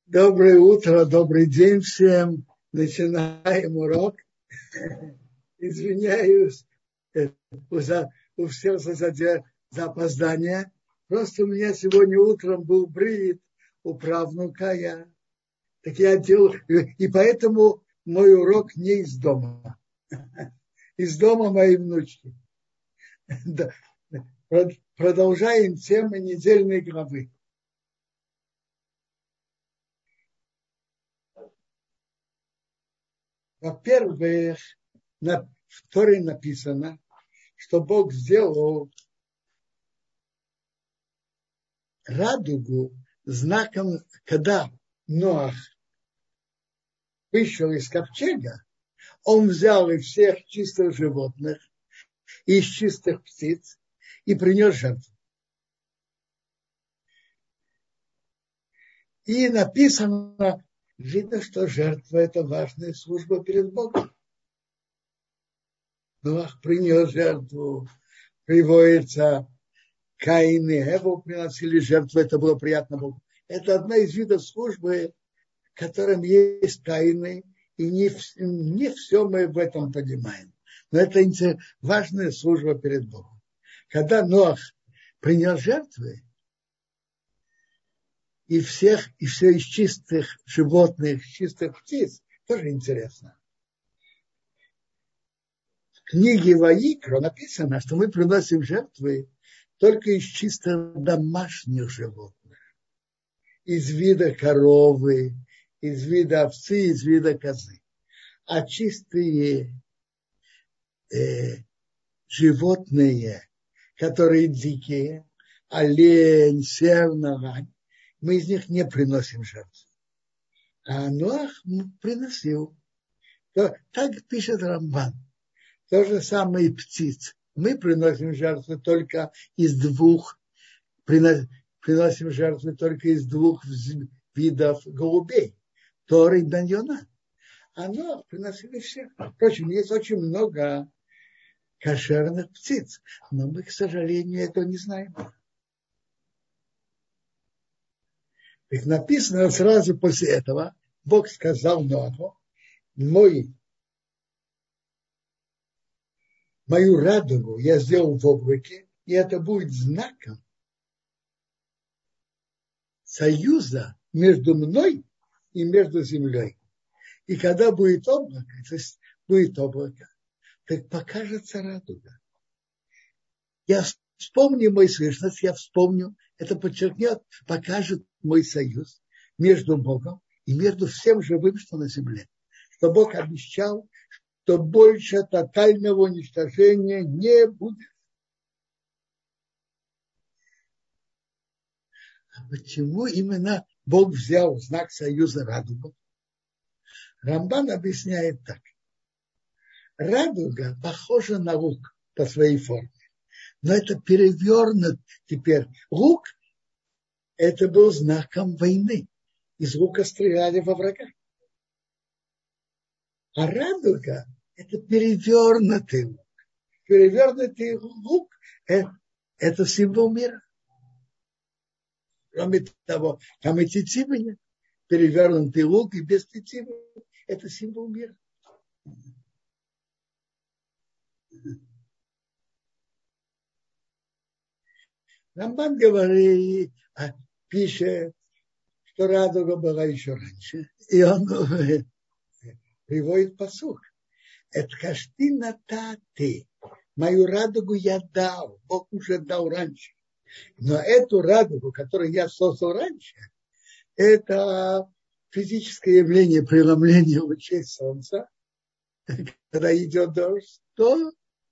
Доброе утро, добрый день всем. Начинаем урок. Извиняюсь у всех за опоздание. Просто у меня сегодня утром был брит у правнука. Так я делал, и поэтому мой урок не из дома. Из дома моей внучки. Продолжаем тему недельной главы. Во-первых, в Торе написано, что Бог сделал радугу знаком, когда Ноах вышел из ковчега, он взял из всех чистых животных, из чистых птиц и принес жертву. И написано, видно, что жертва – это важная служба перед Богом. Ноах принес жертву, приводится Каин и Эва приносили жертву, это было приятно Богу. Это одна из видов службы, в котором есть тайны, и не все мы в этом понимаем. Но это важная служба перед Богом. Когда Ноах принес жертвы, и все из чистых животных, чистых птиц, тоже интересно. В книге Ваикро написано, что мы приносим жертвы только из чисто домашних животных. Из вида коровы, из вида овцы, из вида козы. А чистые животные, которые дикие, олень, северная рань, мы из них не приносим жертву. А Ноах приносил. Так пишет Рамбан. То же самое и птиц. Мы приносим жертвы только из двух, приносим жертвы только из двух видов голубей. Тора и Бен-Йона. А Ноах приносили всех. Впрочем, есть очень много кошерных птиц, но мы, к сожалению, этого не знаем. Так написано сразу после этого, Бог сказал Ноаху, мою радугу я сделал в облаке, и это будет знаком союза между мной и между землей. И когда будет облако, то есть будет облако, так покажется радуга. Я вспомню мою слышность, я вспомню, это подчеркнет, покажет мой союз между Богом и между всем живым, что на земле. Что Бог обещал, что больше тотального уничтожения не будет. А почему именно Бог взял знак союза радугу? Рамбан объясняет так. Радуга похожа на лук по своей форме. Но это перевернут теперь. Лук – это был знаком войны. Из лука стреляли во врага. А радуга – это перевернутый лук. Перевернутый лук – это символ мира. Кроме того, там и тетивы нет. Перевернутый лук и без тетивы – это символ мира. Рамбан говорит, пишет, что радуга была еще раньше. И он приводит пасук. Это каштина ты. Мою радугу я дал. Бог уже дал раньше. Но эту радугу, которую я создал раньше, это физическое явление преломления лучей солнца, когда идет дождь, то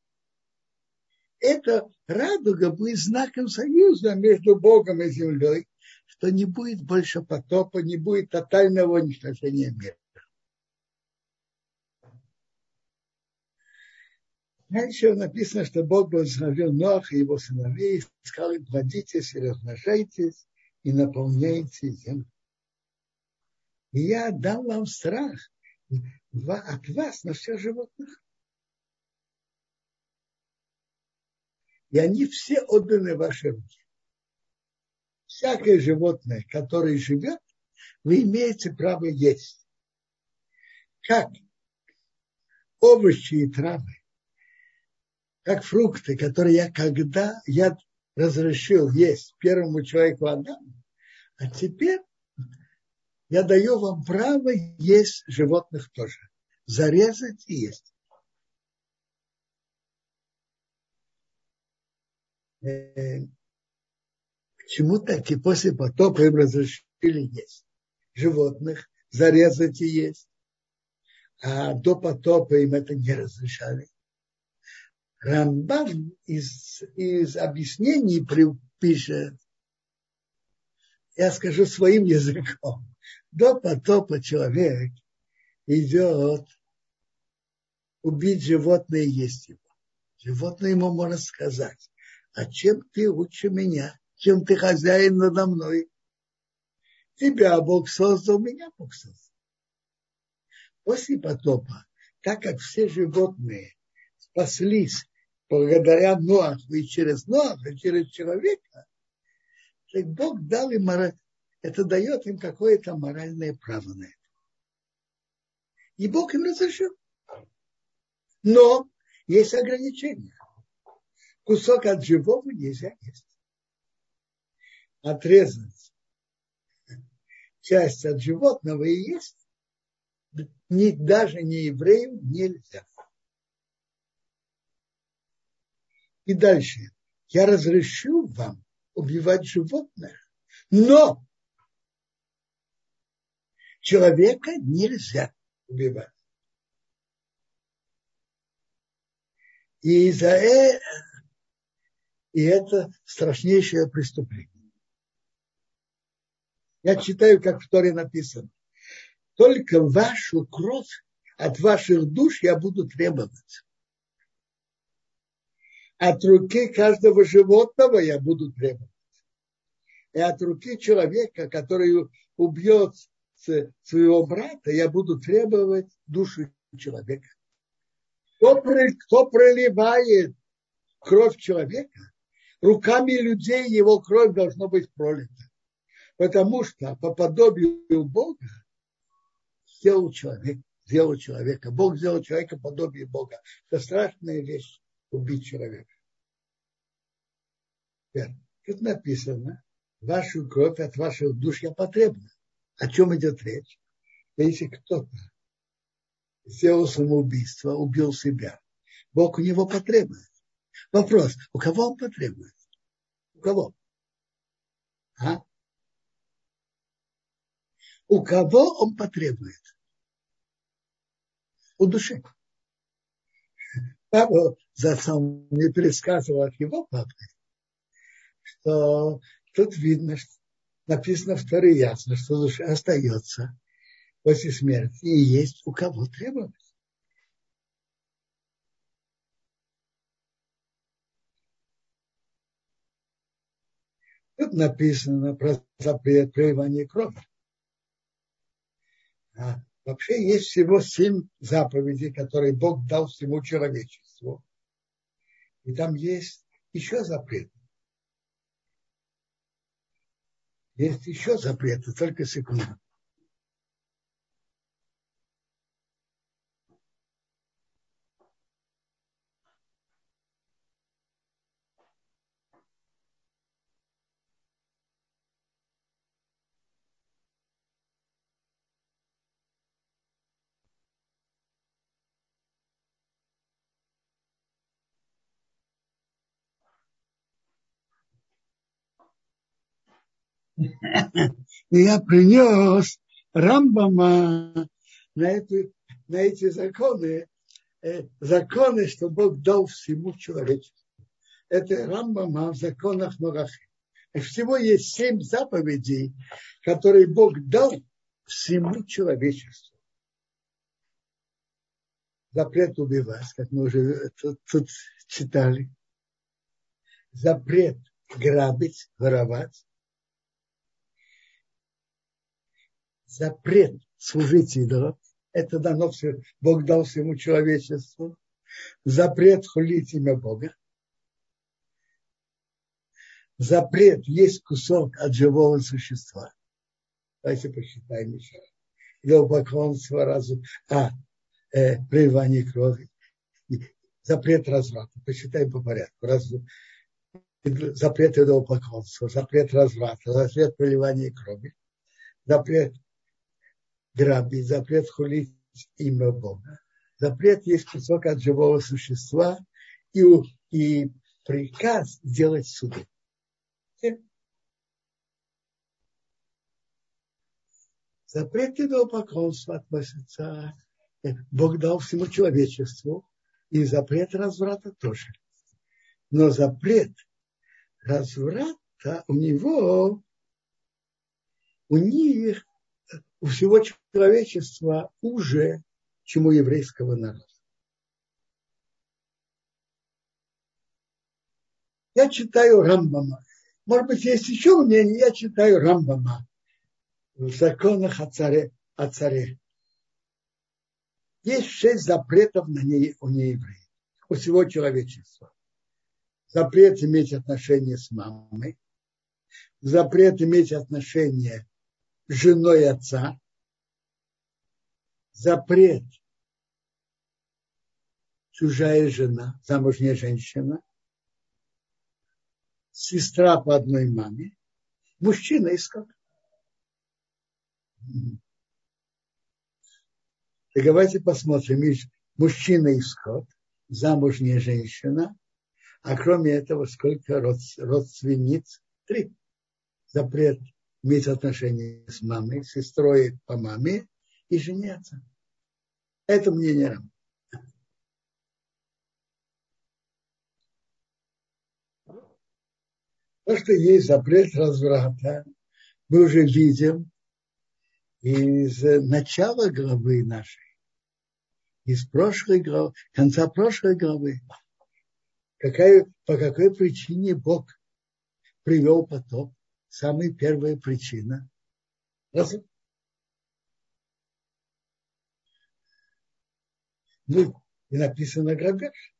эта радуга будет знаком союза между Богом и землей, что не будет больше потопа, не будет тотального уничтожения мира. Дальше написано, что Бог благословил Ноаха и его сыновей, сказал им: плодитесь и размножайтесь, и наполняйте землю. И я дам вам страх от вас на всех животных. И они все отданы в ваши руки. Всякое животное, которое живет, вы имеете право есть. Как овощи и травы, как фрукты, которые я разрешил есть первому человеку Адаму, а теперь я даю вам право есть животных тоже. Зарезать и есть. Почему так и после потопа им разрешили есть животных, зарезать и есть, а до потопа им это не разрешали? Рамбам из объяснений пишет, я скажу своим языком, до потопа человек идет убить животное и есть его. Животное ему может сказать, а чем ты лучше меня, чем ты хозяин надо мной? Тебя Бог создал, меня Бог создал. После потопа, так как все животные спаслись благодаря Ноаху и через Ноаха, и через человека, так Бог дал им, это дает им какое-то моральное право на это. И Бог им разрешил. Но есть ограничения. Кусок от живого нельзя есть. Отрезать часть от животного и есть даже не еврею нельзя. И дальше. Я разрешу вам убивать животных, но человека нельзя убивать. И это страшнейшее преступление. Я читаю, как в Торе написано. Только вашу кровь от ваших душ я буду требовать. От руки каждого животного я буду требовать. И от руки человека, который убьет своего брата, я буду требовать душу человека. Кто проливает кровь человека, руками людей его кровь должна быть пролита. Потому что по подобию Бога сделал человека. Бог сделал человека подобие Бога. Это страшная вещь убить человека. Тут написано, вашу кровь от ваших душ я потребую. О чем идет речь? Если кто-то сделал самоубийство, убил себя, Бог у него потребует. Вопрос, у кого он потребует? У кого? У кого он потребует? У души. Папа за отцом мне пересказывал от его папы, что тут видно, что написано в Торе ясно, что душа остается после смерти и есть у кого требовать. Тут написано про запрет проливания крови. Вообще есть всего 7 заповедей, которые Бог дал всему человечеству. И там есть еще запреты. Есть еще запреты, только секунду. И я принес Рамбама на эти законы, что Бог дал всему человечеству. Это Рамбама в законах Норахи. И всего есть 7 заповедей, которые Бог дал всему человечеству. Запрет убивать, как мы уже тут читали. Запрет грабить, воровать. Запрет служить идолам. Это дано все, Бог дал всему человечеству. Запрет хулить имя Бога. Запрет есть кусок от живого существа. Давайте посчитаем еще раз. Идолопоклонство, проливание крови, запрет разврата. Посчитаем по порядку. Запрет идолопоклонства, запрет разврата, запрет проливания крови, запрет грабить, запрет хулить имя Бога. Запрет есть кусок от живого существа и приказ делать суды. Запрет идолопоклонства относится, Бог дал всему человечеству, и запрет разврата тоже. Но запрет разврата у них, у всего человечества уже, чем у еврейского народа. Я читаю Рамбама. Может быть, есть еще мнение, я читаю Рамбама в законах о царе. Есть 6 запретов у неевреев, у всего человечества. Запрет иметь отношения с мамой, запрет иметь отношения с женой отца, запрет чужая жена, замужняя женщина, сестра по одной маме, мужчина и скот. И давайте посмотрим. Мужчина и скот, замужняя женщина, а кроме этого сколько родственниц? 3. Запрет иметь отношения с мамой, сестрой по маме и жене отца. Это мнение Рама. То, что есть запрет разврата, мы уже видим из начала главы нашей, из прошлой главы, конца прошлой главы. По какой причине Бог привел потоп? Самая первая причина. И написано грабеж.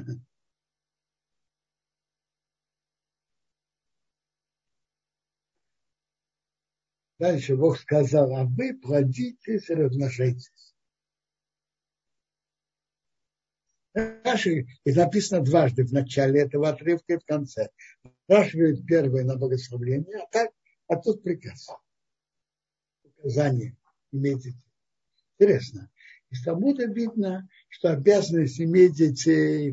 Дальше Бог сказал, а вы плодитесь и размножайтесь. И написано дважды в начале этого отрывка и в конце. Раши говорит первое на благословение, а тут приказ. Указание иметь детей. Интересно. Из Талмуда видно, что обязанность иметь детей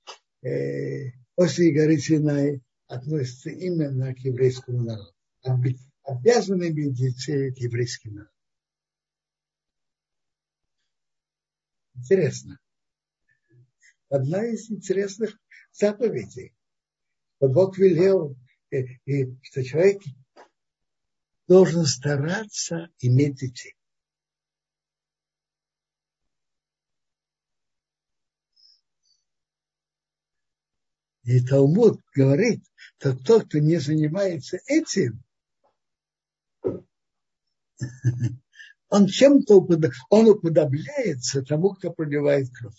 после горы Синай относится именно к еврейскому народу. Обязаны иметь детей к еврейскому народу. Интересно. Одна из интересных заповедей. Бог велел, что человек должен стараться иметь детей. И Талмуд говорит, что тот, кто не занимается этим, он чем-то уподобляется тому, кто проливает кровь.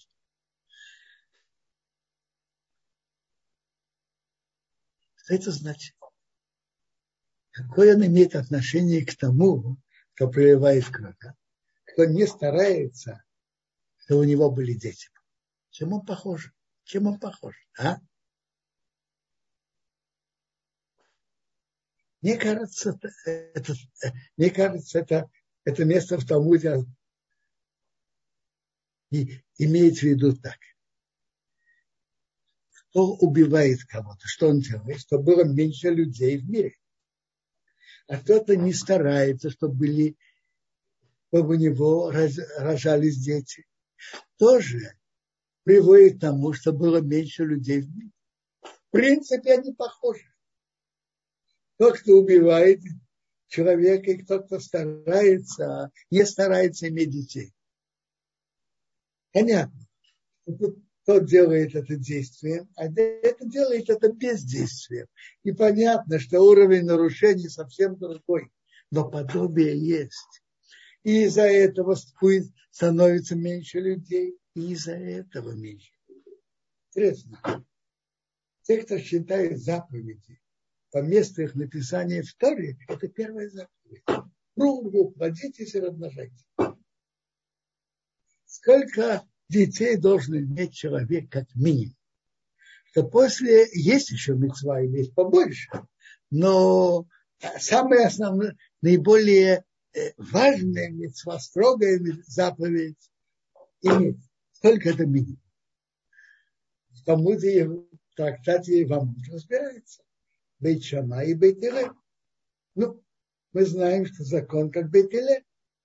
Что это значит? Какое он имеет отношение к тому, кто проливает кровь? Кто не старается, чтобы у него были дети. Чем он похож? Чем он похож? Мне кажется, это место в Талмуде имеет в виду так. Кто убивает кого-то, что он делает, чтобы было меньше людей в мире. А кто-то не старается, чтобы у него рожались дети. Тоже приводит к тому, чтобы было меньше людей в мире. В принципе, они похожи. Тот, кто убивает человека, и тот, кто не старается иметь детей. Понятно. Тот делает это действием, а это делает это бездействием. И понятно, что уровень нарушений совсем другой. Но подобие есть. И из-за этого становится меньше людей, и из-за этого меньше людей. Интересно. Те, кто считает заповеди по месту их написания в Торе, это первая заповедь. друг, плодитесь и размножайтесь. Сколько детей должен иметь человек как минимум? Что после есть еще мицва, есть побольше, но самое основное, наиболее важная мицва, строгая заповедь иметь. Сколько это минимум? В Талмуде, в трактате Евамот разбирается. Бейт Шама и Бейт Илель. Ну, мы знаем, что закон как Бейт Илель.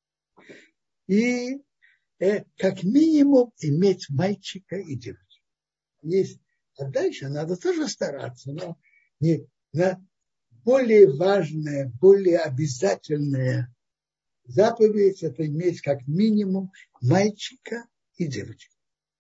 И как минимум иметь мальчика и девочку. Есть. А дальше надо тоже стараться, но не, на более важная, более обязательная заповедь – это иметь как минимум мальчика и девочку.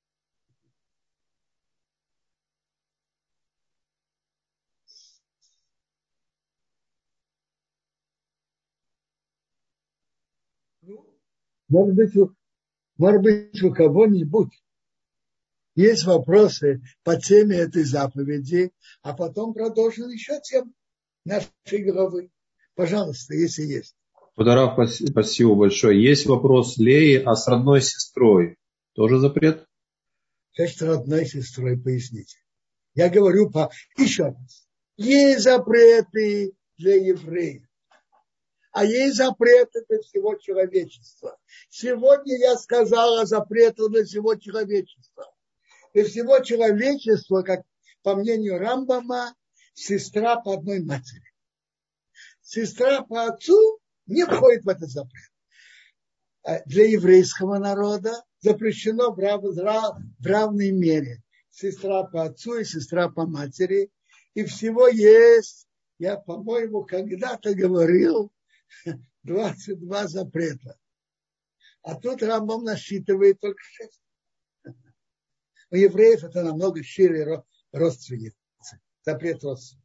Может быть, у кого-нибудь есть вопросы по теме этой заповеди, а потом продолжим еще тему нашей главы. Пожалуйста, если есть. Рав, спасибо большое. Есть вопрос Леи, а с родной сестрой тоже запрет? Значит, родной сестрой поясните. Я говорю еще раз. Есть запреты для евреев, а есть запреты для всего человечества. Сегодня я сказала запреты для всего человечества. Для всего человечества, как по мнению Рамбама, сестра по одной матери. Сестра по отцу не входит в этот запрет. Для еврейского народа запрещено в равной мере. Сестра по отцу и сестра по матери. И всего есть, я, по-моему, когда-то говорил, 22 запрета. А тут Рамбам насчитывает только 6. У евреев это намного шире родственницы. Запрет родственницы.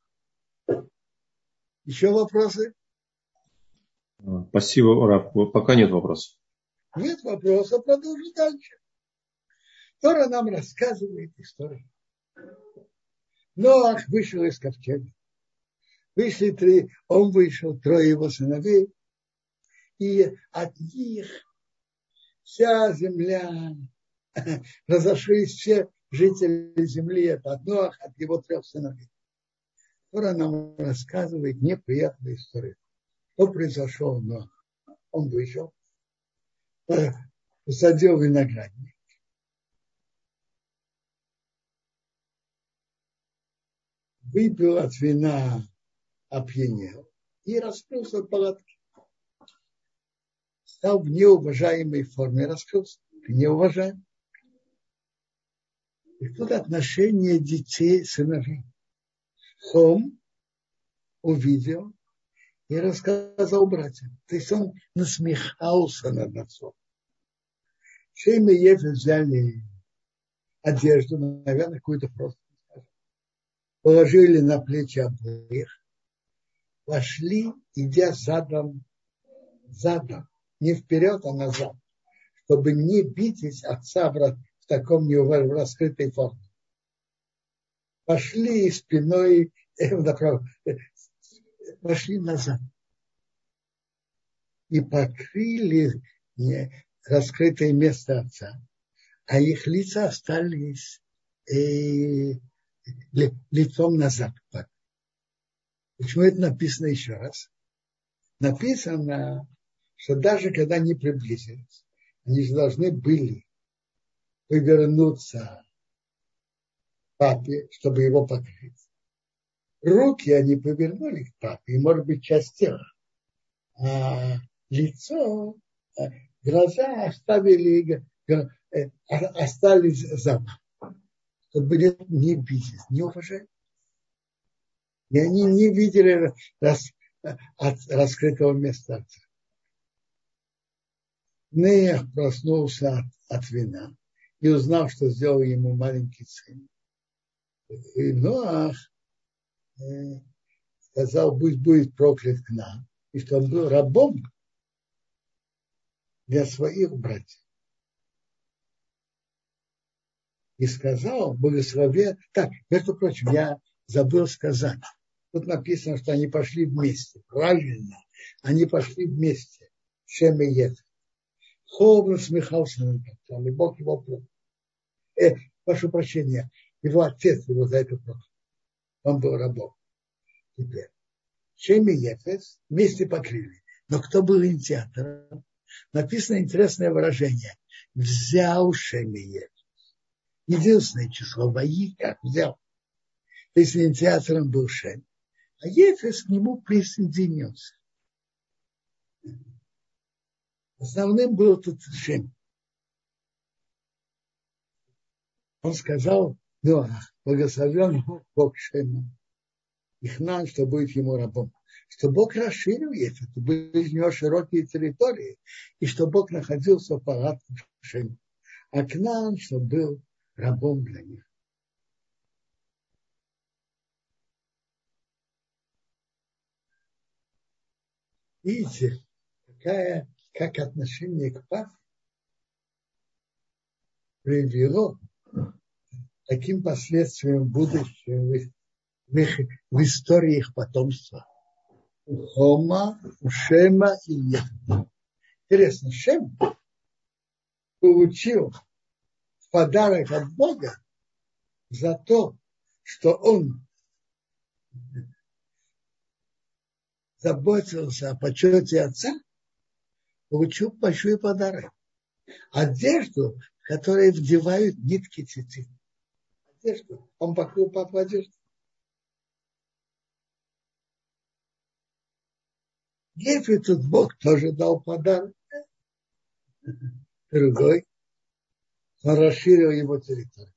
Еще вопросы? Спасибо, Рав. Пока нет вопросов. Нет вопросов, продолжим дальше. Тора нам рассказывает историю. Ноах вышел из ковчега. Он вышел, 3 его сыновей. И от них вся земля, разошлись все жители земли от Ноаха, от его 3 сыновей. Тора нам рассказывает неприятную историю. Что произошло у Ноаха? Он вышел, посадил виноградник. Выпил от вина, опьянел и раскрылся в палатке. Стал в неуважаемой форме, раскрылся. Неуважаемый. И тут отношение детей, сыновей. Хом увидел и рассказал братьям. То есть он насмехался над отцом. Шейм и Ефе взяли одежду, наверное, какую-то просто. Положили на плечи обоих. Пошли, идя задом, не вперед, а назад, чтобы не видеть отца в таком в раскрытой форме. Пошли спиной направо, пошли назад. И покрыли раскрытое место отца, а их лица остались лицом назад. Почему это написано еще раз? Написано, что даже когда они приблизились, они же должны были повернуться к папе, чтобы его покрыть. Руки они повернули к папе, и, может быть, часть тела. А лицо, глаза остались за, чтобы не видеть, не уважать. И они не видели раскрытого места отца. Неах проснулся от вина и узнал, что сделал ему маленький сын. И Ноах сказал, пусть будет проклят к нам, и что он был рабом для своих братьев. И сказал, благословен. Так, между прочим, я забыл сказать. Тут написано, что они пошли вместе. Правильно. Они пошли вместе, Шем и Ефет. Хов насмехался над отцом, и Бог его проклял. Прошу прощения, его отец его за это проклял. Он был рабом. Теперь. Шем и Ефет вместе покрыли. Но кто был инициатором? Написано интересное выражение. Взял Шем и Ефет. Единственное число вои, как взял. То есть инициатором был Шем. А Ефес к нему присоединился. Основным был тут Шем. Он сказал, благословен Бог Шема. Ихнан, что будет ему рабом. Что Бог расширил Ефет, были у него широкие территории, и что Бог находился в палатках Шема. А Кнаан, что был рабом для них. Видите, как отношение к папе привело к таким последствиям в будущем в истории их потомства. У Хома, у Шема и Ефета. Интересно, Шем получил подарок от Бога за то, что он заботился о почете отца, получил большой подарок. Одежду, в которой вдевают нитки цицит. Одежду. Он покрыл папу одежду. Ефету Бог тоже дал подарок. Другой. Он расширил его территорию.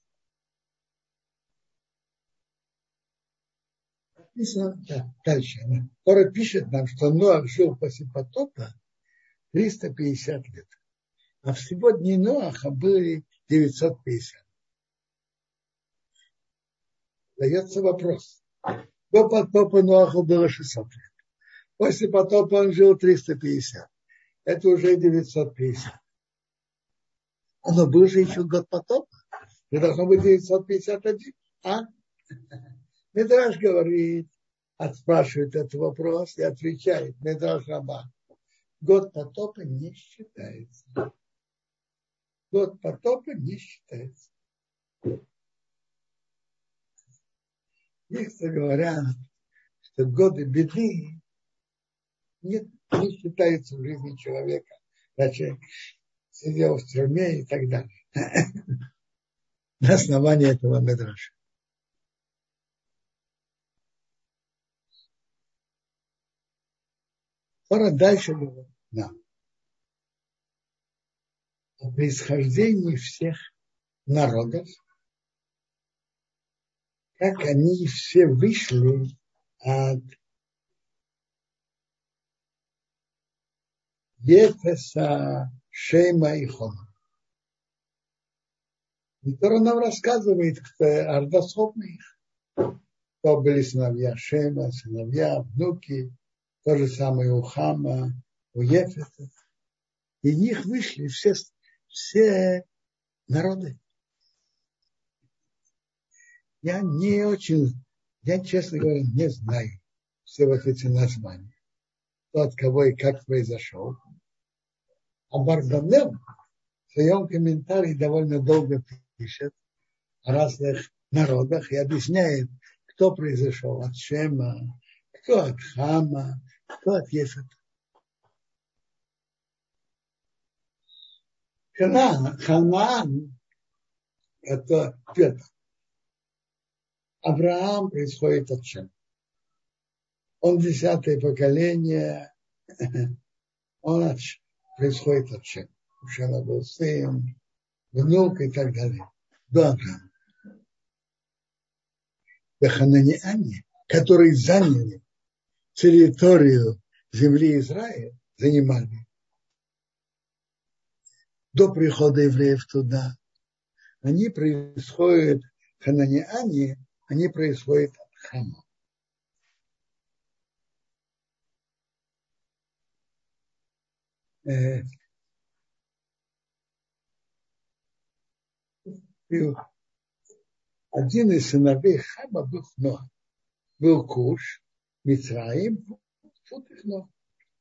Написано дальше. Тора пишет нам, что Ноах жил после потопа 350 лет. А всего дней Ноаха были 950. Дается вопрос. До потопа Ноаху было 600 лет. После потопа он жил 350. Это уже 950. Но был же еще год потопа. И должно быть 951. А? Мидраш говорит, спрашивает этот вопрос и отвечает. Мидраш Раба. Год потопа не считается. Год потопа не считается. Некоторые говорят, что годы беды не считаются в жизни человека. Значит, сидел в тюрьме и так далее. На основании этого мидраша. Тора дальше говорит нам о происхождении всех народов, как они все вышли от Ефеса, Шема и Хома. И Тора нам рассказывает о родословных их. То были сыновья Шема, сыновья, внуки, то же самое у Хама, у Ефеса. И из них вышли все народы. Я, честно говоря, не знаю все вот эти названия. Кто от кого и как произошел. А Барбанел в своем комментарии довольно долго пишет о разных народах и объясняет, кто произошел от Шема, кто от Хама, кто от Ефета. Ханаан, это Петр. Авраам происходит от Шема. Он 10-е поколение, он происходит от Шема. У Шема был сын, внук и так далее. До Авраама. Хананиане, которые заняли территорию земли Израиля, занимали до прихода евреев туда, они происходят, хананиане, они происходят от Хама. Один из сыновей Хама был Ноах. Был Куш, Мицраим, тут их Ноах.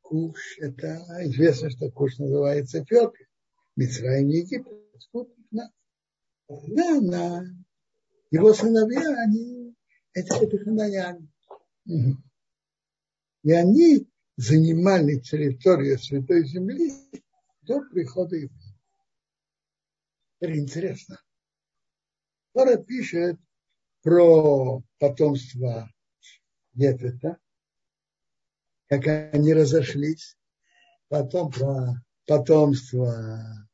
Куш, это известно, что Куш называется Эфиопия. Мицраим, Египет, спутник нас. Да, его сыновья, они, это ханаяне. И они занимали территорию Святой Земли до прихода евреев. Это интересно. Тора пишет про потомство Ефета, как они разошлись, потом про потомство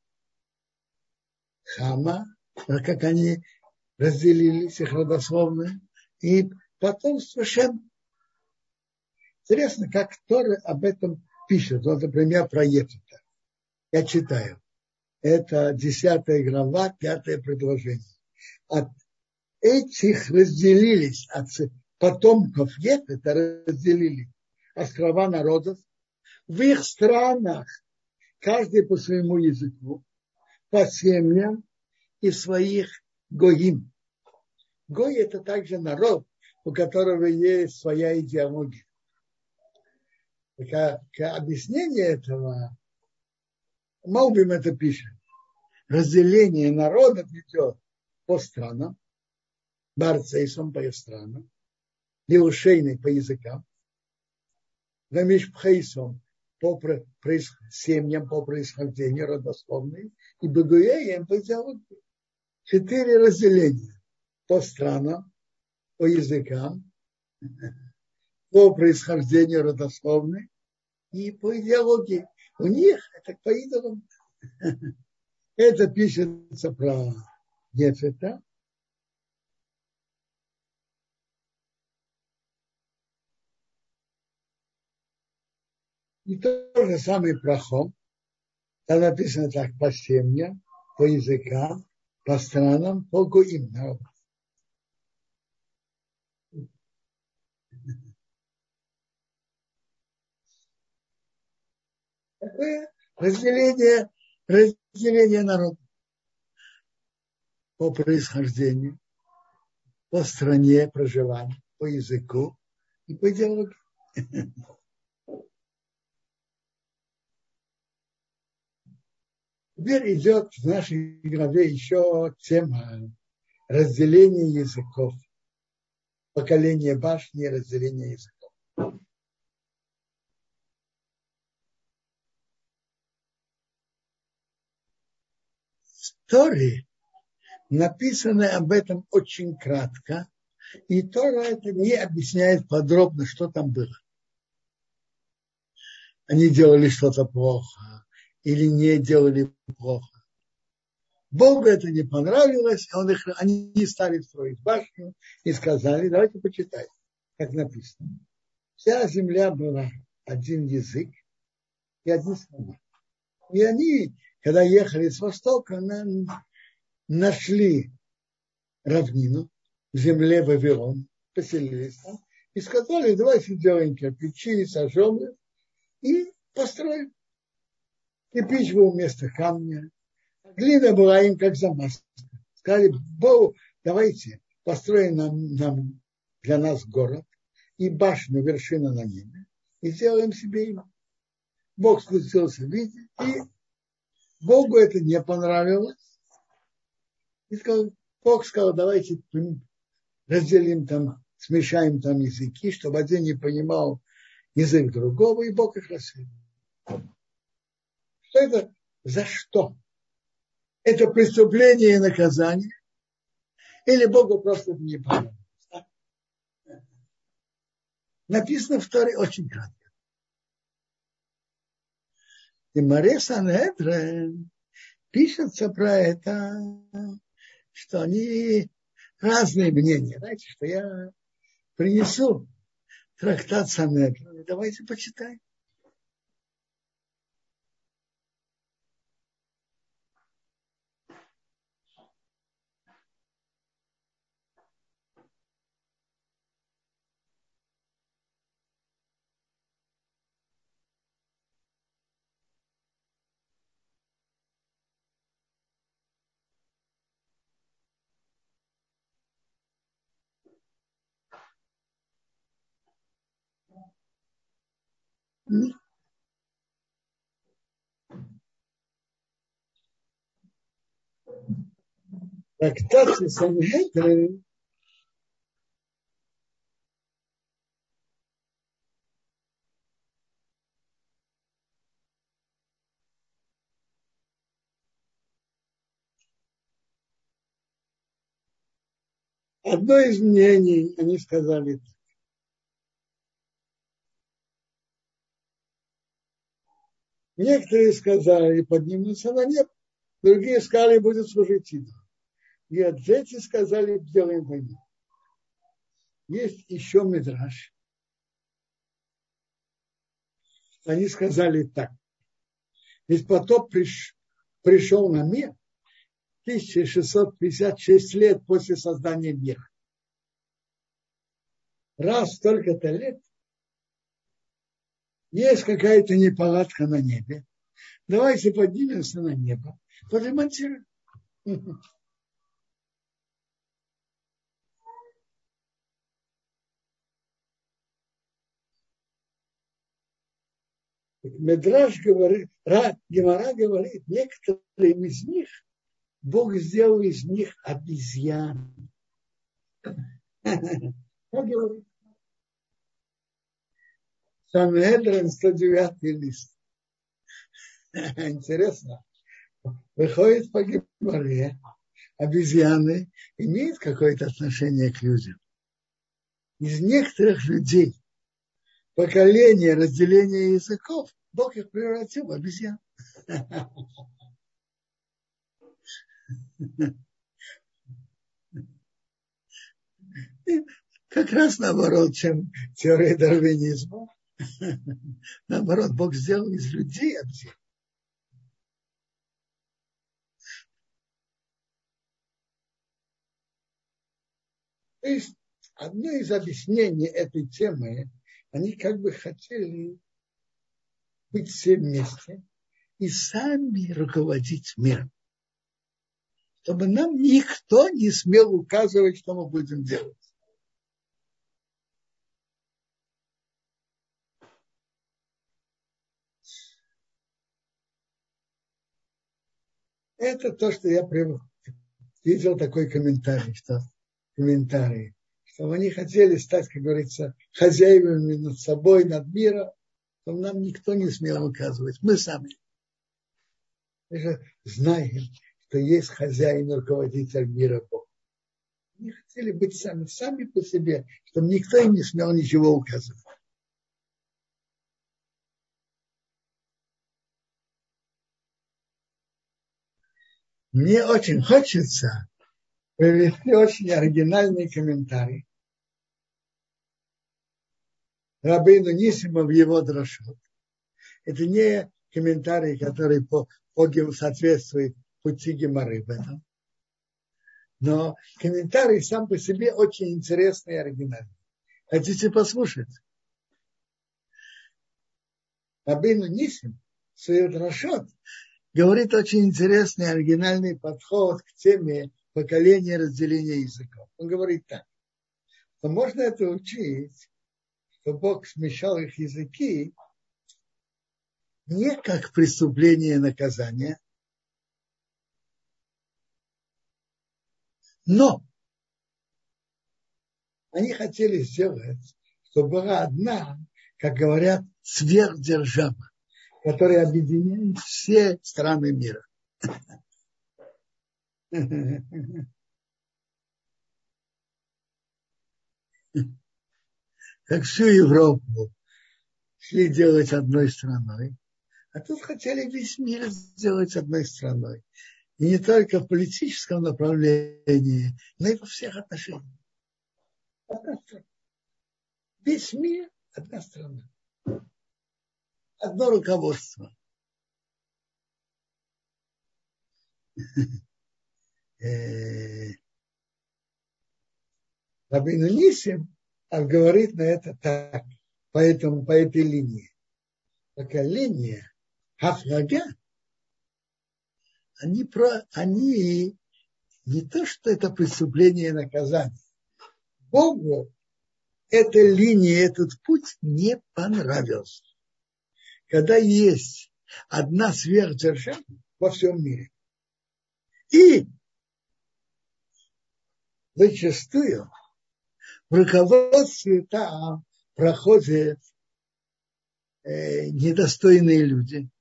Хама, как они разделились, их родословные, и потомство Шема. Интересно, как Тора об этом пишет. Вот, например, про Ефета. Я читаю. Это 10 глава, 5 предложение. От этих разделились, от потомков Ефета разделили острова народов в их странах, каждый по своему языку, по семьям и своих гоим. Гой – это также народ, у которого есть своя идеология. Объяснение этого, Малбим это пишет, разделение народов идет по странам, Барцейсом по их странам, Леушейной по языкам, Рамишпхейсом по семьям, по происхождению родословной, и Багуеем по идеологии. 4 разделения по странам, по языкам, по происхождению родословной и по идеологии. У них это по идолам. Это пишется про Ефета. И то же самое про Хом. Там написано так: по семьям, по языкам, по странам, по гоим народам. Такое разделение народа по происхождению, по стране проживания, по языку и по идеологии. Теперь идет в нашей главе еще тема разделения языков, поколение башни и разделение языков. В Торе написано об этом очень кратко, и Тора это не объясняет подробно, что там было. Они делали что-то плохо или не делали плохо. Богу это не понравилось, они не стали строить башню и сказали: давайте почитаем, как написано. Вся земля была один язык и один слова. И они, когда ехали с востока, нашли равнину в земле Вавилон, поселились там и сказали: давайте сделаем кирпичи, сожжем их и построим. Кирпич был вместо камня, глина была им как замазка. Сказали: Богу, давайте построим нам для нас город и башню, вершина на небе, и сделаем себе имя. Бог спустился в виде, и Богу это не понравилось. И Бог сказал: давайте разделим там, смешаем там языки, чтобы один не понимал язык другого, и Бог их рассеял. Что это? За что? Это преступление и наказание? Или Богу просто не понравилось? Написано в Торе очень кратко. И Маре Санхедрин пишется про это, что они разные мнения. Знаете, что я принесу трактат Санхедрин. Давайте почитаем. Трактат Санхедрин одно из мнений, они сказали, некоторые сказали, поднимутся на небо, другие сказали, будут служить идолам. И эти сказали, делаем войну. Есть еще мидраш. Они сказали так. Ведь потоп пришел на мир 1656 лет после создания мира. Раз столько-то лет есть какая-то неполадка на небе. Давайте поднимемся на небо, подремонтируем. Медраж говорит, Гемара говорит, некоторые из них, Бог сделал из них обезьян. Как говорит? Санхедрин 109 лист. Интересно. Выходит по Гемаре, обезьяны имеют какое-то отношение к людям. Из некоторых людей поколение разделения языков Бог их превратил в обезьян. Как раз наоборот, чем теория дарвинизма. Наоборот, Бог сделал из людей обезьян. То есть одно из объяснений этой темы, они как бы хотели быть все вместе и сами руководить миром. Чтобы нам никто не смел указывать, что мы будем делать. Это то, что я видел такой комментарий, что они хотели стать, как говорится, хозяевами над собой, над миром, чтобы нам никто не смел указывать. Мы сами. Мы же знаем, что есть хозяин, руководитель мира Бог. Они хотели быть сами по себе, чтобы никто им не смел ничего указывать. Мне очень хочется привести очень оригинальный комментарий Рабейну Нисима в его дрошот. Это не комментарий, который соответствует пути Гемары в этом. Но комментарий сам по себе очень интересный и оригинальный. Хотите послушать? Рабейну Нисим в своем дрошот говорит очень интересный и оригинальный подход к теме поколения разделения языков. Он говорит так, что можно это учить, что Бог смешал их языки не как преступление и наказание, но они хотели сделать, чтобы была одна, как говорят, сверхдержава, которая объединяет все страны мира. Как всю Европу шли делать одной страной, а тут хотели весь мир сделать одной страной. И не только в политическом направлении, но и во всех отношениях. Весь мир – одна страна. Одно руководство. Рабейну Нисим говорит на это так, по этой линии. Такая линия Хафлага, они не то, что это преступление и наказание. Богу эта линия, этот путь не понравился. Когда есть одна сверхдержава во всем мире. И зачастую в руководстве там проходят недостойные люди,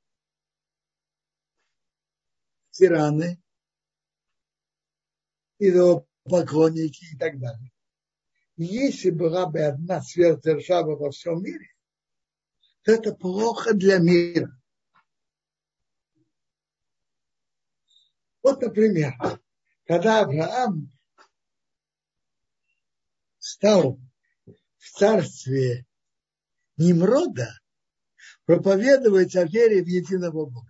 тираны, идолопоклонники и так далее. Если была бы одна сверхдержава во всем мире, то это плохо для мира. Вот, например, когда Авраам стал в царстве Нимрода проповедовать о вере в единого Бога.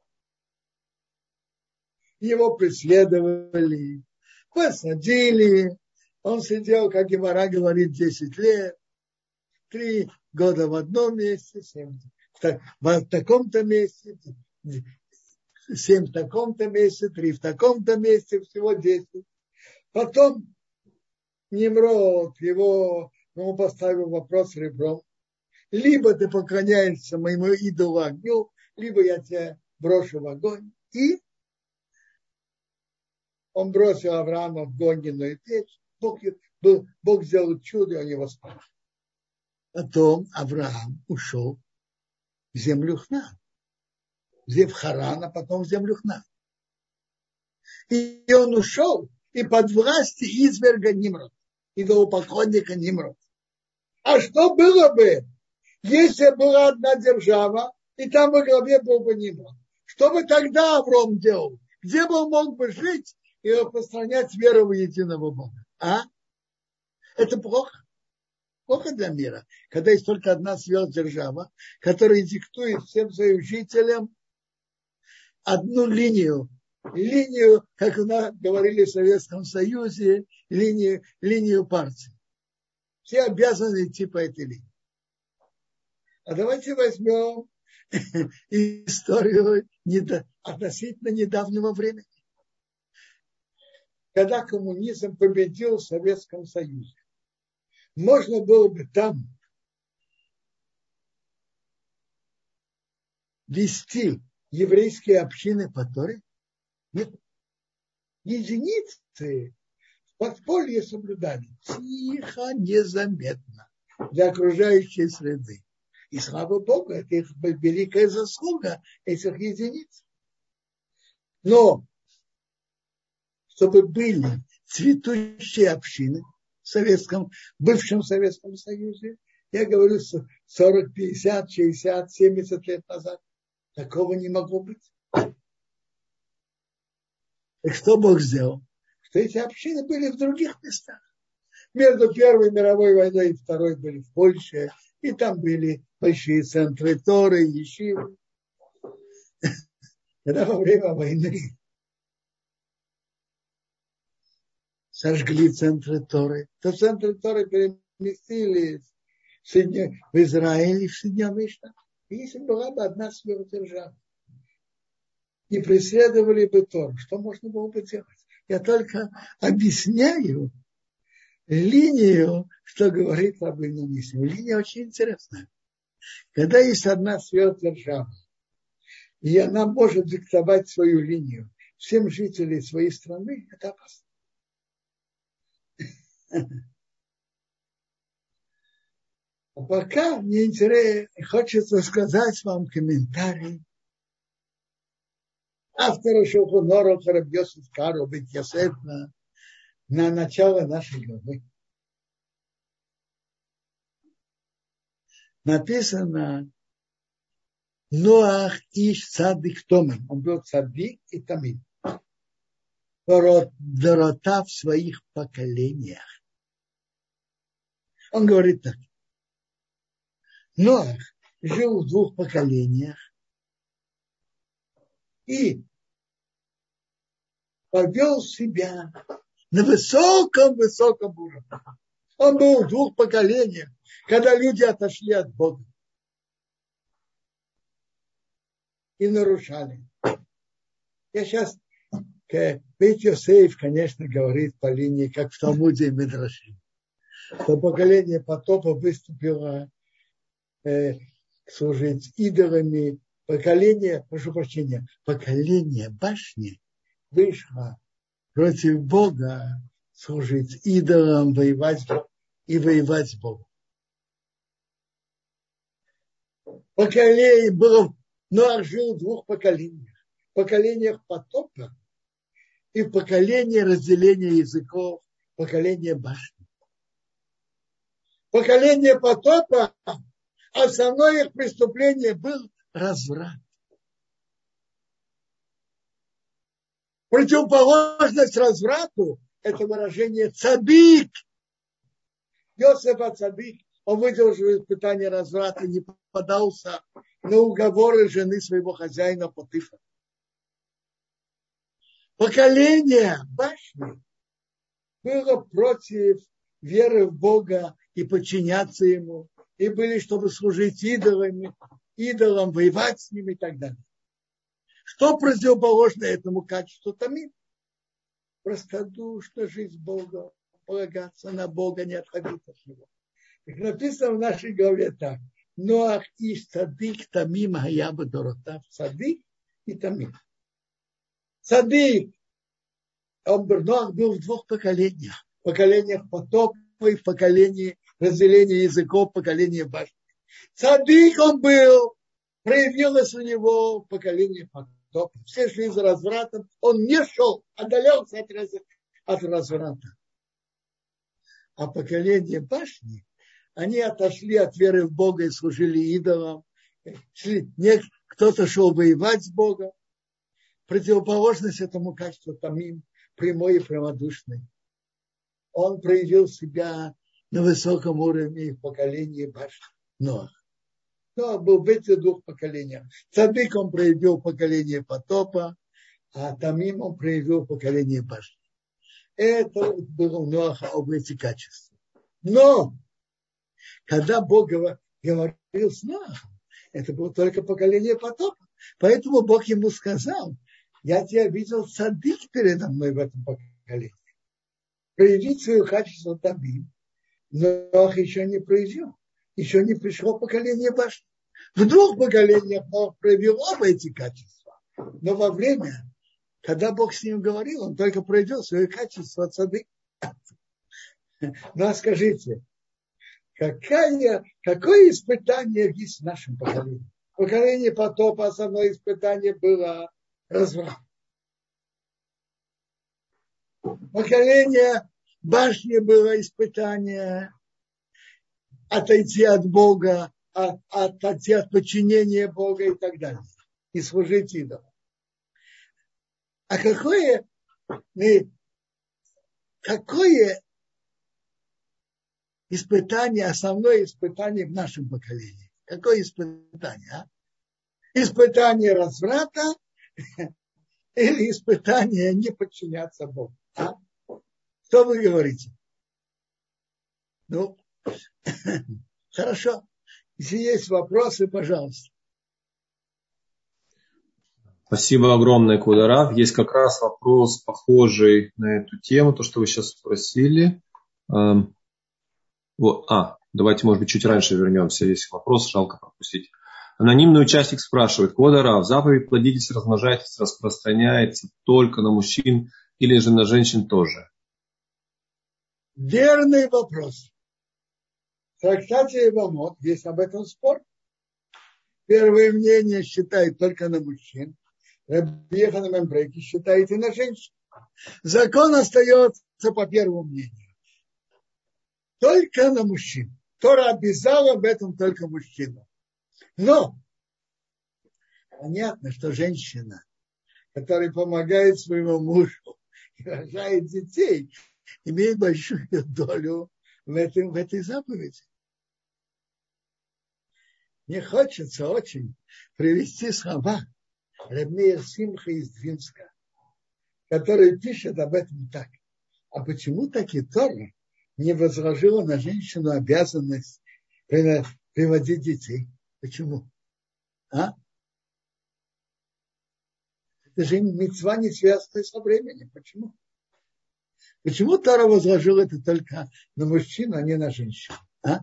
Его преследовали, посадили. Он сидел, как Гемара говорит, 10 лет, 3 года в одном месте, 7 в таком-то месте, 7 в таком-то месте, 3 в таком-то месте, всего 10. Потом Нимрод ему поставил вопрос ребром. Либо ты поклоняешься моему идолу огню, либо я тебя брошу в огонь. И он бросил Авраама в огненную печь. Бог сделал чудо, и он его спас. Потом Авраам ушел в землю Хнан. В Харан, а потом в землю Хнан. И он ушел и под властью изверга Нимрода, идолопоклонника Нимрода. А что было бы, если была одна держава, и там во главе был бы Нимрод? Что бы тогда Авраам делал? Где бы он мог бы жить и распространять веру в единого Бога? А? Это плохо. Плохо для мира, когда есть только одна сверхдержава, которая диктует всем своим жителям одну линию, как у нас говорили в Советском Союзе, линию партии. Все обязаны идти по этой линии. А давайте возьмем историю относительно недавнего времени, когда коммунизм победил в Советском Союзе. Можно было бы там вести еврейские общины по Торе? Нет. Единицы в подполье соблюдали тихо, незаметно для окружающей среды. И слава Богу, это их великая заслуга, этих единиц. Но чтобы были цветущие общины в бывшем Советском Союзе, я говорю 40, 50, 60, 70 лет назад, такого не могло быть. И что Бог сделал? Что эти общины были в других местах. Между Первой мировой войной и Второй были в Польше, и там были большие центры Торы, ешивы. Когда во время войны сожгли центры Торы, то центры Торы переместились в Израиль и в Соединенные Штаты. И если была бы одна сверхдержава, и преследовали бы Тору, что можно было бы делать? Я только объясняю линию, что говорит Рабейну Нисим. Линия очень интересная. Когда есть одна сверхдержава, и она может диктовать свою линию всем жителям своей страны, это опасно. А пока мне интересно, хочется сказать вам комментарий автора Шулхан Аруха Рабби Йосеф Каро бет Йосеф на начало нашей главы. Написано: Ноах иш цадик томим. Он был цадик и тамим. Дорота в своих поколениях. Он говорит так. Ноах жил в 2 поколениях и повел себя на высоком уровне. Он был в 2 поколениях, когда люди отошли от Бога и нарушали. Я сейчас, Бейт Йосеф, конечно, говорит по линии, как в Талмуде и Мидраши, что поколение потопа выступило служить идолами, поколение башни вышло против Бога служить идолам, воевать с Богом. Поколение было, Ноах жил в двух поколениях. В поколениях потопа и в поколении разделения языков, поколение башни. Поколение потопа, основное их преступление был разврат. Противоположность разврату – это выражение цадик. Йосеф ацадик, он выдержал испытание разврата, не поддался на уговоры жены своего хозяина Потифа. Поколение башни было против веры в Бога и подчиняться Ему, и были, чтобы служить идолам, воевать с ними и так далее. Что противоположно этому качеству тамим? Простодушно жить с Богом, полагаться на Бога, не отходить от Него. Так написано в нашей главе так. Ноах иш цадик тамим хаяба доротав. Цадик и тамим. Цадик. Ноах был в двух поколениях. В поколениях потопа и в поколении разделения языков, поколения башни. Цадик он был, проявилось у него в поколении потопа. Все шли за развратом, он не шел, отдалялся от разврата. А поколение башни, они отошли от веры в Бога и служили идолам. Кто-то шел воевать с Богом. Противоположность этому качеству тамим, прямой и прямодушный. Он проявил себя на высоком уровне в поколении башни Ноах. Ноах был в этих двух поколениях. Цадик он проявил поколение потопа, а тамим он проявил поколение башни. Это было у Ноаха оба эти качества. Но когда Бог говорил с Ноахом, это было только поколение потопа. Поэтому Бог ему сказал: я тебя видел цадик передо мной в этом поколении. Проявить свое качество тамим. Ноах еще не проявил. Еще не пришло поколение башни. В двух поколениях Ноах проявил оба эти качества. Но во время, когда Бог с ним говорил, он только проявил свое качество цадик. Ну а скажите, какое испытание есть в нашем поколении? В поколении потопа основное испытание было разврат. Поколение башни было испытание отойти от Бога, отойти от подчинения Бога и так далее. И служить идолам. А какое испытание, основное испытание в нашем поколении? Какое испытание? А? Испытание разврата или испытание не подчиняться Богу? А? Что вы говорите? Ну, хорошо. Если есть вопросы, пожалуйста. Спасибо огромное, Квод Рав. Есть как раз вопрос, похожий на эту тему, то, что вы сейчас спросили. Давайте, может быть, чуть раньше вернемся. Есть вопрос, жалко пропустить. Анонимный участник спрашивает: Квод Рав, заповедь плодитесь, размножайтесь распространяется только на мужчин или же на женщин тоже? Верный вопрос. В трактате Ивамот есть об этом спор. Первое мнение считает только на мужчин. Рабби Йоханан бен Брейки считает и на женщин. Закон остается по первому мнению. Только на мужчин. Тора обязала об этом только мужчину. Но понятно, что женщина, которая помогает своему мужу и рожает детей, имеет большую долю в этой заповеди. Мне хочется очень привести слова Рабби Меир Симха из Двинска, который пишет об этом так. А почему таки Тора не возложила на женщину обязанность приводить детей? Почему? Это же мицва не связанная со временем. Почему? Почему Тора возложила это только на мужчину, а не на женщину?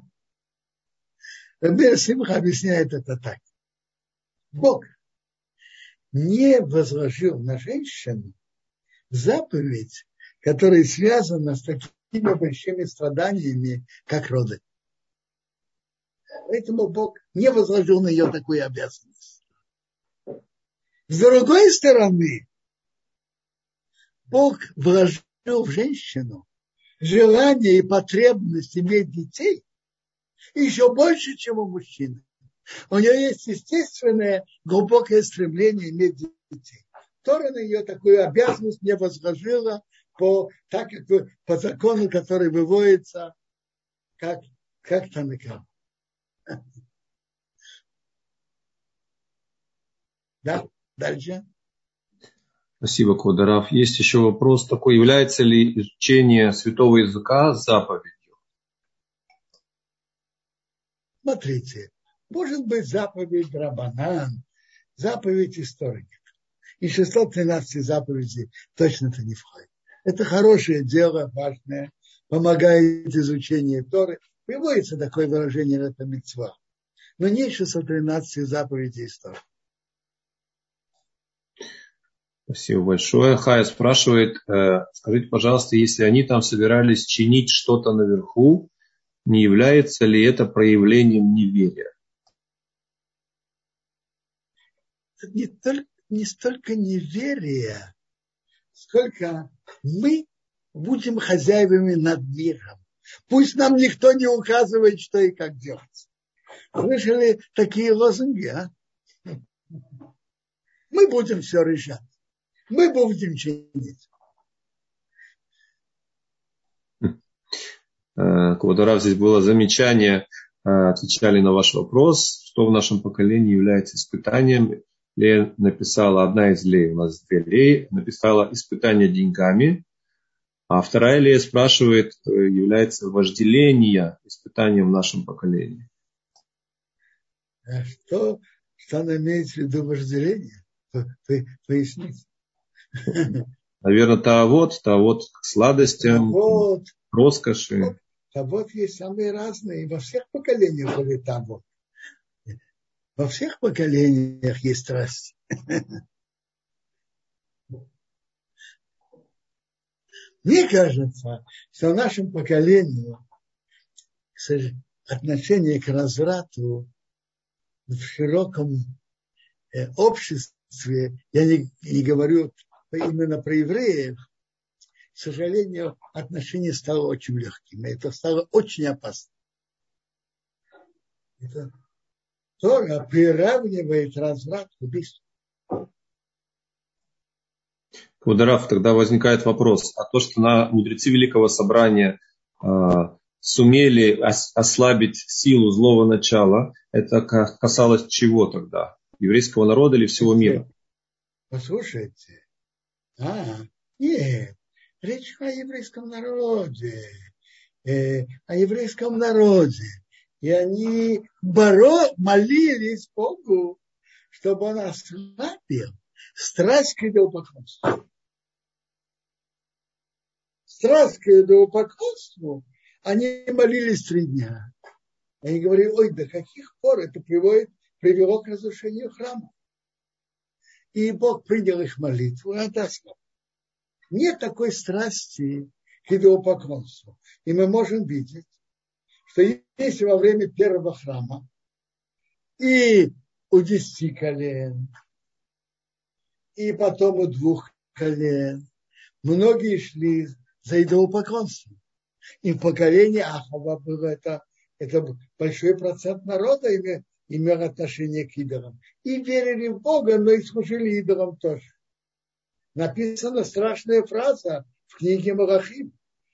Рабби Меир Симха объясняет это так. Бог не возложил на женщину заповедь, которая связана с такими большими страданиями, как роды. Поэтому Бог не возложил на нее такую обязанность. С другой стороны, Бог вложил в женщину желание и потребность иметь детей еще больше, чем у мужчины. У нее есть естественное глубокое стремление иметь детей. Тора на нее такую обязанность не возложила по закону, который выводится как Танакам. Да, дальше. Спасибо, Кводарав. Есть еще вопрос такой. Является ли изучение святого языка заповедью? Смотрите, может быть заповедь Рабанан, заповедь историков. И 613 заповедей точно-то не входит. Это хорошее дело, важное, помогает изучению Торы. Приводится такое выражение, это мицва. Но не 613 заповедей истории. Спасибо большое. Хая спрашивает, скажите, пожалуйста, если они там собирались чинить что-то наверху, не является ли это проявлением неверия? Это не столько неверия, сколько мы будем хозяевами над миром. Пусть нам никто не указывает, что и как делать. Слышали такие лозунги, а? Мы будем все решать. Мы будем чинить. Кводарав, здесь было замечание, отвечали на ваш вопрос, что в нашем поколении является испытанием. Лея написала, одна из Лей, у нас две Леи, написала испытание деньгами, а вторая Лея спрашивает, является вожделение испытанием в нашем поколении. Что она имеет в виду вожделение? Поясните. Наверное, тавод к сладостям, роскоши. Тавод есть самые разные. Во всех поколениях были тавод. Во всех поколениях есть страсть. Мне кажется, что в нашем поколении отношение к разврату в широком обществе, я не говорю именно про евреев, к сожалению, отношение стало очень легким. Это стало очень опасно. Это Тора приравнивает разврат к убийству. Кводарав, тогда возникает вопрос, а то, что мудрецы Великого Собрания сумели ослабить силу злого начала, это касалось чего тогда? Еврейского народа или всего мира? Послушайте. Нет. Речь о еврейском народе. О еврейском народе. И они молились Богу, чтобы он ослабил страсть к идолопоклонству. Страсть к идолопоклонству, они молились 3 дня. Они говорили, ой, до каких пор это привело к разрушению храма. И Бог принял их молитву и отослал. Нет такой страсти к идолопоклонству. И мы можем видеть, что если во время первого храма и у 10 колен, и потом у 2 колен, многие шли за идолопоклонством. И в поколении Ахава было это большой процент народа имел отношение к идолам. И верили в Бога, но и служили идолам тоже. Написана страшная фраза в книге Малахим.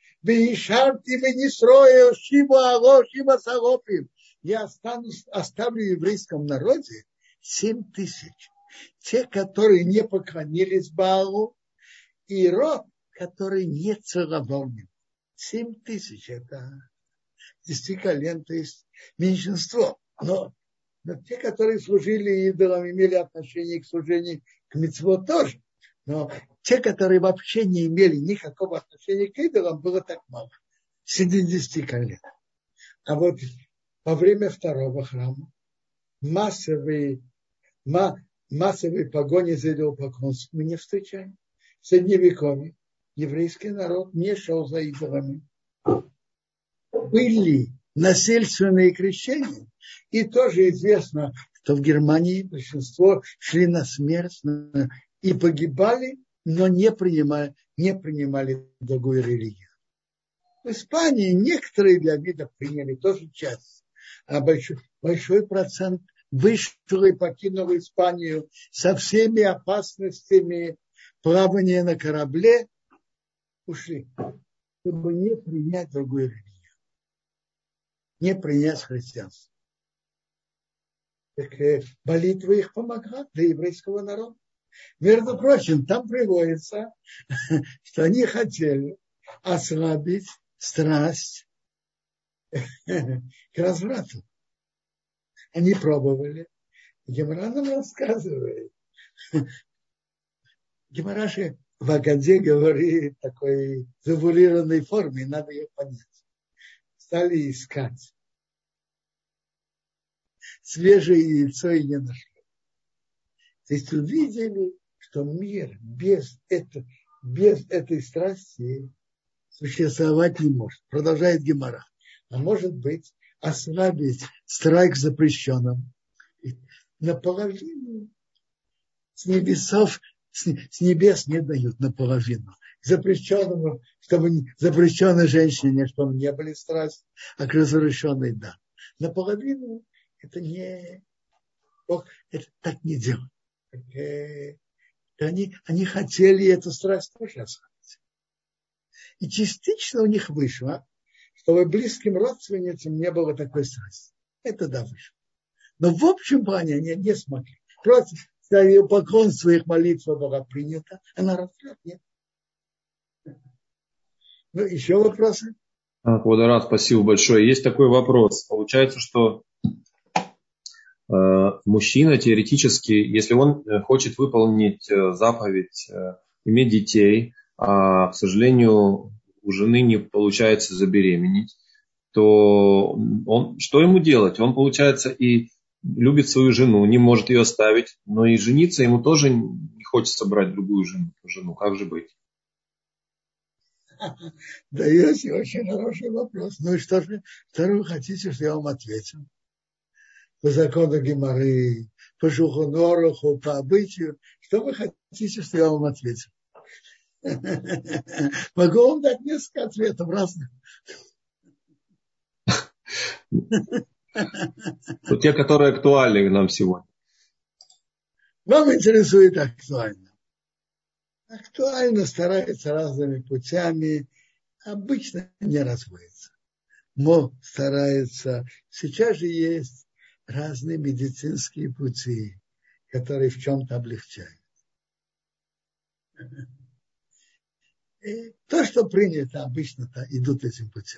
Я оставлю в еврейском народе 7000. Те, которые не поклонились Баалу, и род, который не целовал его. 7000 это 10 колен, то есть меньшинство. Но те, которые служили идолам, имели отношение к служению к мицвот тоже. Но те, которые вообще не имели никакого отношения к идолам, было так мало. 70 колен. А вот во время второго храма массовые погони за идолопоклонством мы не встречаем. В Средневековье еврейский народ не шел за идолами. Были насильственные крещения, и тоже известно, что в Германии большинство шли на смерть и погибали, но не принимали другую религию. В Испании некоторые для вида приняли тоже часть, а большой процент вышел и покинул Испанию со всеми опасностями плавания на корабле, ушли, чтобы не принять другую религию, не принять христианство. Так молитва их помогла для еврейского народа. Между прочим, там приводится, что они хотели ослабить страсть к разврату. Они пробовали. Гемара нам рассказывает. Гемара же в Агаде говорит в такой завуалированной форме, надо ее понять. Стали искать свежее яйцо и не нашли. То есть увидели, что мир без этой страсти существовать не может. Продолжает Гемара. А может быть, ослабить страх к запрещенным. Наполовину с небес не дают наполовину. Запрещенному, чтобы запрещенной женщине, чтобы не были страсти, а к разрешенной да. Наполовину это не Бог это так не делает. Они хотели эту страсть тоже ослабить. И частично у них вышло, чтобы близким родственницам не было такой страсти. Это да, вышло. Но в общем плане они не смогли. Просто поклонство их молитва была принята, а на разврат нет. Ну, еще вопросы? Квода-Рав, спасибо большое. Есть такой вопрос. Получается, что мужчина теоретически, если он хочет выполнить заповедь, иметь детей, а, к сожалению, у жены не получается забеременеть, то что ему делать? Он, получается, и любит свою жену, не может ее оставить, но и жениться ему тоже не хочется брать другую жену. Как же быть? Да, есть очень хороший вопрос. Ну и что же вы хотите, что я вам ответил? По закону Гемары, по Шулхан Аруху, по обычаю. Что вы хотите, что я вам ответил? Могу вам дать несколько ответов разных. Те, которые актуальны нам сегодня. Вам интересует актуально. Актуально старается разными путями. Обычно не разводится. Но старается. Сейчас же есть разные медицинские пути, которые в чем-то облегчают. И то, что принято, обычно-то идут этим путем.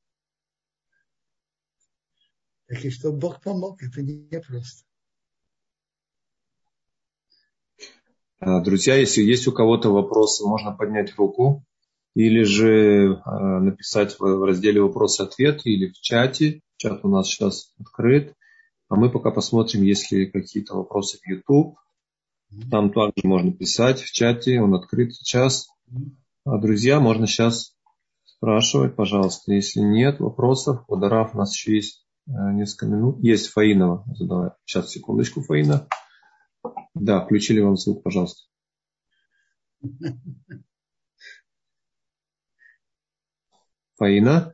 Так и что Бог помог, это не просто. Друзья, если есть у кого-то вопросы, можно поднять руку или же написать в разделе «Вопросы-ответы» или в чате. Чат у нас сейчас открыт. А мы пока посмотрим, есть ли какие-то вопросы в YouTube. Там также можно писать в чате, он открыт сейчас. Друзья, можно сейчас спрашивать, пожалуйста. Если нет вопросов, Квода-Рав, у нас еще есть несколько минут. Есть Фаинова, задавай. Сейчас, секундочку, Фаина. Да, включили вам звук, пожалуйста. Фаина?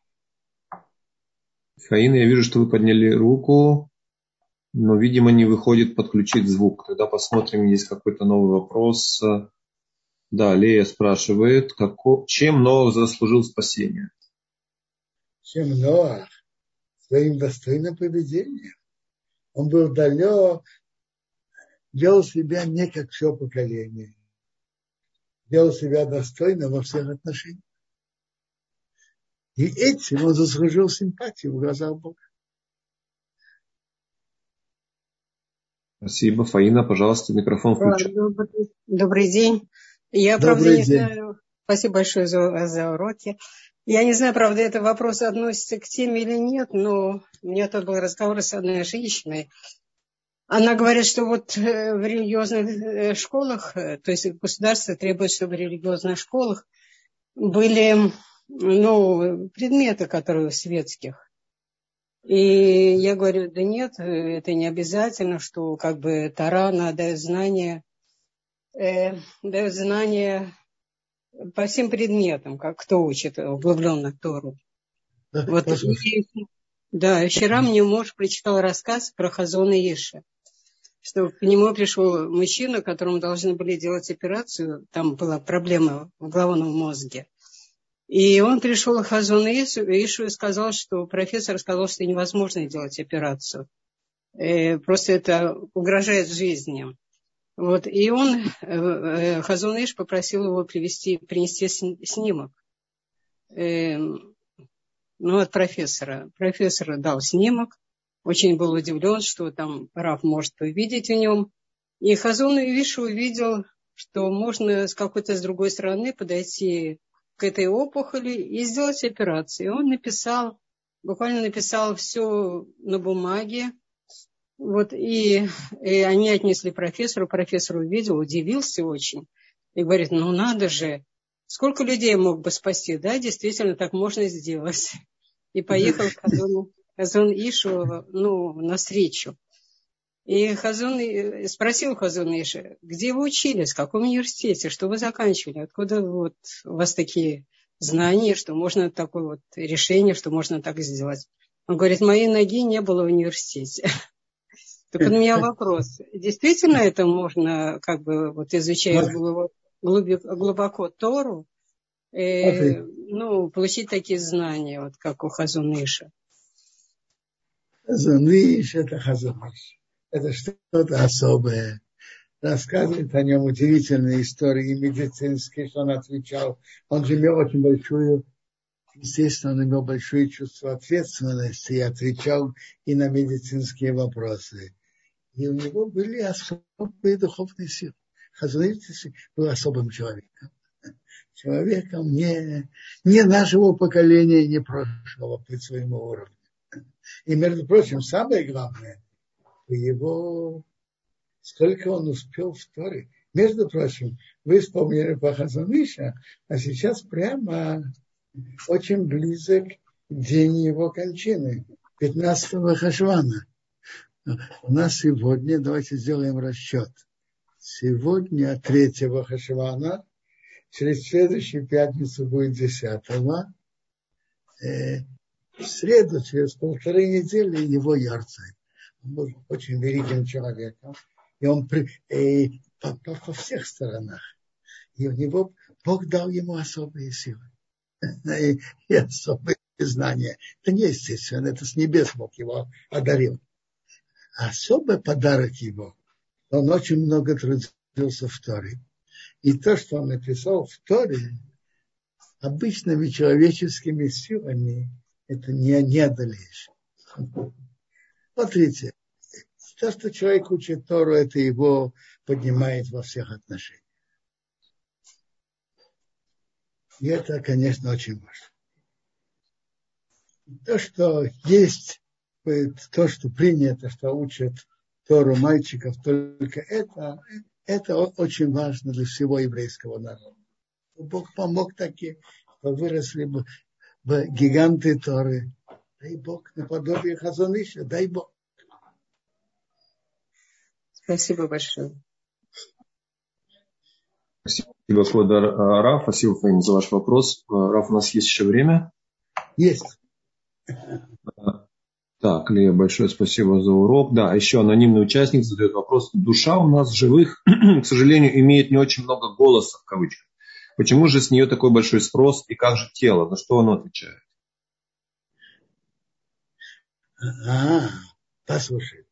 Фаина, я вижу, что вы подняли руку, но, видимо, не выходит подключить звук. Тогда посмотрим, есть какой-то новый вопрос. Да, Лея спрашивает, чем Ноах заслужил спасение? Чем Ноах? Своим достойным поведением. Он был далек, вел себя не как все поколение. Вел себя достойно во всех отношениях. И этим он заслужил симпатию в глазах Бога. Спасибо. Фаина, пожалуйста, микрофон включен. Добрый день. Я, правда, не знаю. Спасибо большое за уроки. Я не знаю, правда, этот вопрос относится к теме или нет, но у меня тут был разговор с одной женщиной. Она говорит, что вот в религиозных школах, то есть государство требует, чтобы в религиозных школах были предметы, которые светских. И я говорю, да нет, это не обязательно, что как бы Тора, она дает знания по всем предметам, как кто учит углубленно Тору. Вот. Да, вчера мне муж прочитал рассказ про Хазона Иша, что к нему пришел мужчина, которому должны были делать операцию, там была проблема в головном мозге. И он пришел к Хазону Ишу и сказал, что профессор сказал, что невозможно делать операцию. Просто это угрожает жизни. Вот. И Хазон Иш попросил его принести снимок. От профессора. Профессор дал снимок. Очень был удивлен, что там Рав может увидеть в нем. И Хазон Иш увидел, что можно с какой-то с другой стороны подойти к этой опухоли и сделать операцию. И он буквально написал все на бумаге. Вот, и они отнесли профессору. Профессор увидел, удивился очень. И говорит, надо же, сколько людей мог бы спасти, да, действительно так можно сделать. И поехал к Хазон Ишу, навстречу. И спросил Хазон Иша, где вы учились, в каком университете, что вы заканчивали, откуда вот у вас такие знания, что можно такое вот решение, что можно так сделать. Он говорит, моей ноги не было в университете. Так у меня вопрос. Действительно это можно, как бы, вот изучая глубоко Тору, получить такие знания, вот как у Хазон Иша? Хазон Иш – это Хазон Иш. Это что-то особое. Рассказывает о нем удивительные истории медицинские, что он отвечал. Он же имел очень большое чувство ответственности и отвечал и на медицинские вопросы. И у него были особые духовные силы. Хазон Иш был особым человеком. Человеком не нашего поколения, не прошлого по своему уровню. И, между прочим, самое главное, сколько он успел в Торе. Между прочим, вы вспомнили по Хазон Иша, а сейчас прямо очень близок день его кончины, 15-го Хашвана. У нас сегодня, давайте сделаем расчет. Сегодня 3-го Хашвана, через следующую пятницу будет 10-го. В среду, через 1,5 недели, его ярцайт. Он был очень великим человеком. И он по всех сторонах. И у него Бог дал ему особые силы. И особые знания. Это не естественно, это с небес Бог его одарил. Особый подарок его. Он очень много трудился в Торе. И то, что он написал в Торе, обычными человеческими силами, это не одолеешь. Смотрите, то, что человек учит Тору, это его поднимает во всех отношениях. И это, конечно, очень важно. То, что есть, то, что принято, что учат Тору мальчиков, только это очень важно для всего еврейского народа. Бог помог таким, что выросли бы гиганты Торы. Дай Бог, наподобие Хазон Иша, дай Бог. Спасибо большое. Спасибо, Кводар Раф. Спасибо, Фаим, за ваш вопрос. Раф, у нас есть еще время? Есть. Так, Лея, большое спасибо за урок. Да, еще анонимный участник задает вопрос. Душа у нас живых, к сожалению, имеет не очень много голоса, в кавычках. Почему же с нее такой большой спрос и как же тело? На что оно отвечает? Послушай.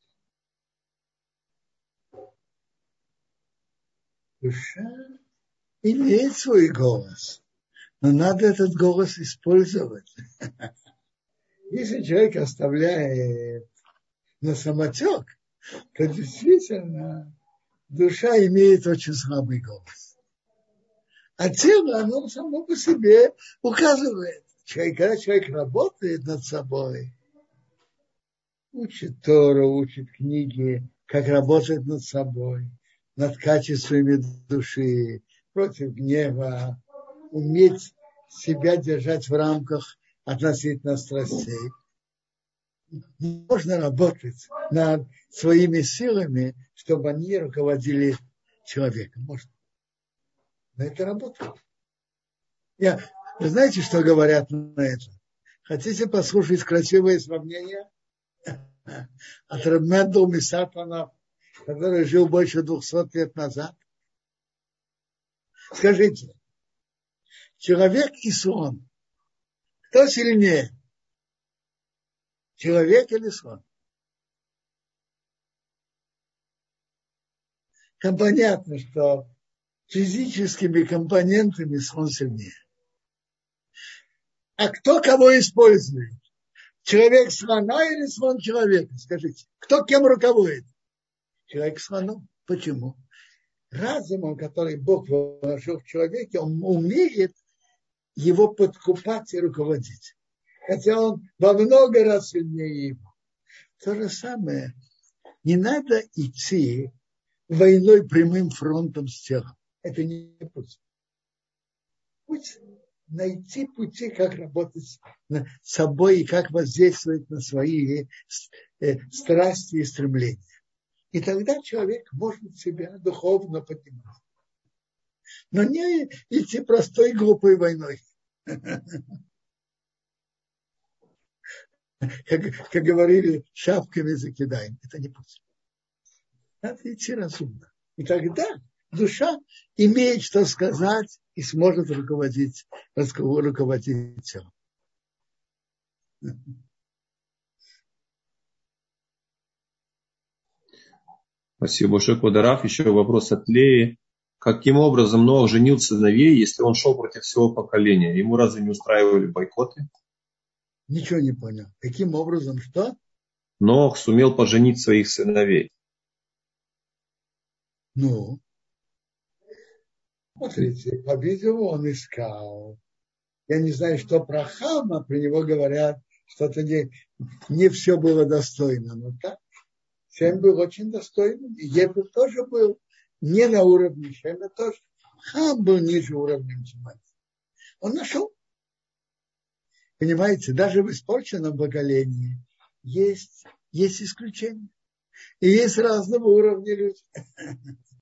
Душа имеет свой голос, но надо этот голос использовать. Если человек оставляет на самотек, то действительно душа имеет очень слабый голос. А тело, оно само по себе указывает. Когда человек работает над собой, учит Тору, учит книги, как работать над собой, над качествами души, против гнева, уметь себя держать в рамках относительно страстей. Можно работать над своими силами, чтобы они руководили человеком. Можно. Но это работает. Вы знаете, что говорят на это? Хотите послушать красивое сравнение от Рав Мендел Мисатана, который жил больше 200 лет назад? Скажите, человек и слон, кто сильнее? Человек или слон? Понятно, что физическими компонентами слон сильнее. А кто кого использует? Человек слона или слон человека? Скажите, кто кем руководит? Человек слоном. Почему? Разумом, который Бог вложил в человеке, он умеет его подкупать и руководить. Хотя он во много раз сильнее его. То же самое. Не надо идти войной прямым фронтом с телом. Это не путь. Путь найти пути, как работать над собой и как воздействовать на свои страсти и стремления. И тогда человек может себя духовно поднимать. Но не идти простой глупой войной. Как говорили, шапками закидаем. Это не путь. Надо идти разумно. И тогда душа имеет что сказать и сможет руководить телом. Спасибо большое, Квадарав. Еще вопрос от Леи. Каким образом Ноах женил сыновей, если он шел против всего поколения? Ему разве не устраивали бойкоты? Ничего не понял. Каким образом что? Ноах сумел поженить своих сыновей. Ну, смотрите, по-видимому, он искал. Я не знаю, что про Хама, про него говорят, что-то не все было достойно. Но так, Шем был очень достойным. И Ефет тоже был не на уровне Шема тоже. Хам был ниже уровня, чем он. Он нашел. Понимаете, даже в испорченном поколении есть исключения. И есть разного уровня люди.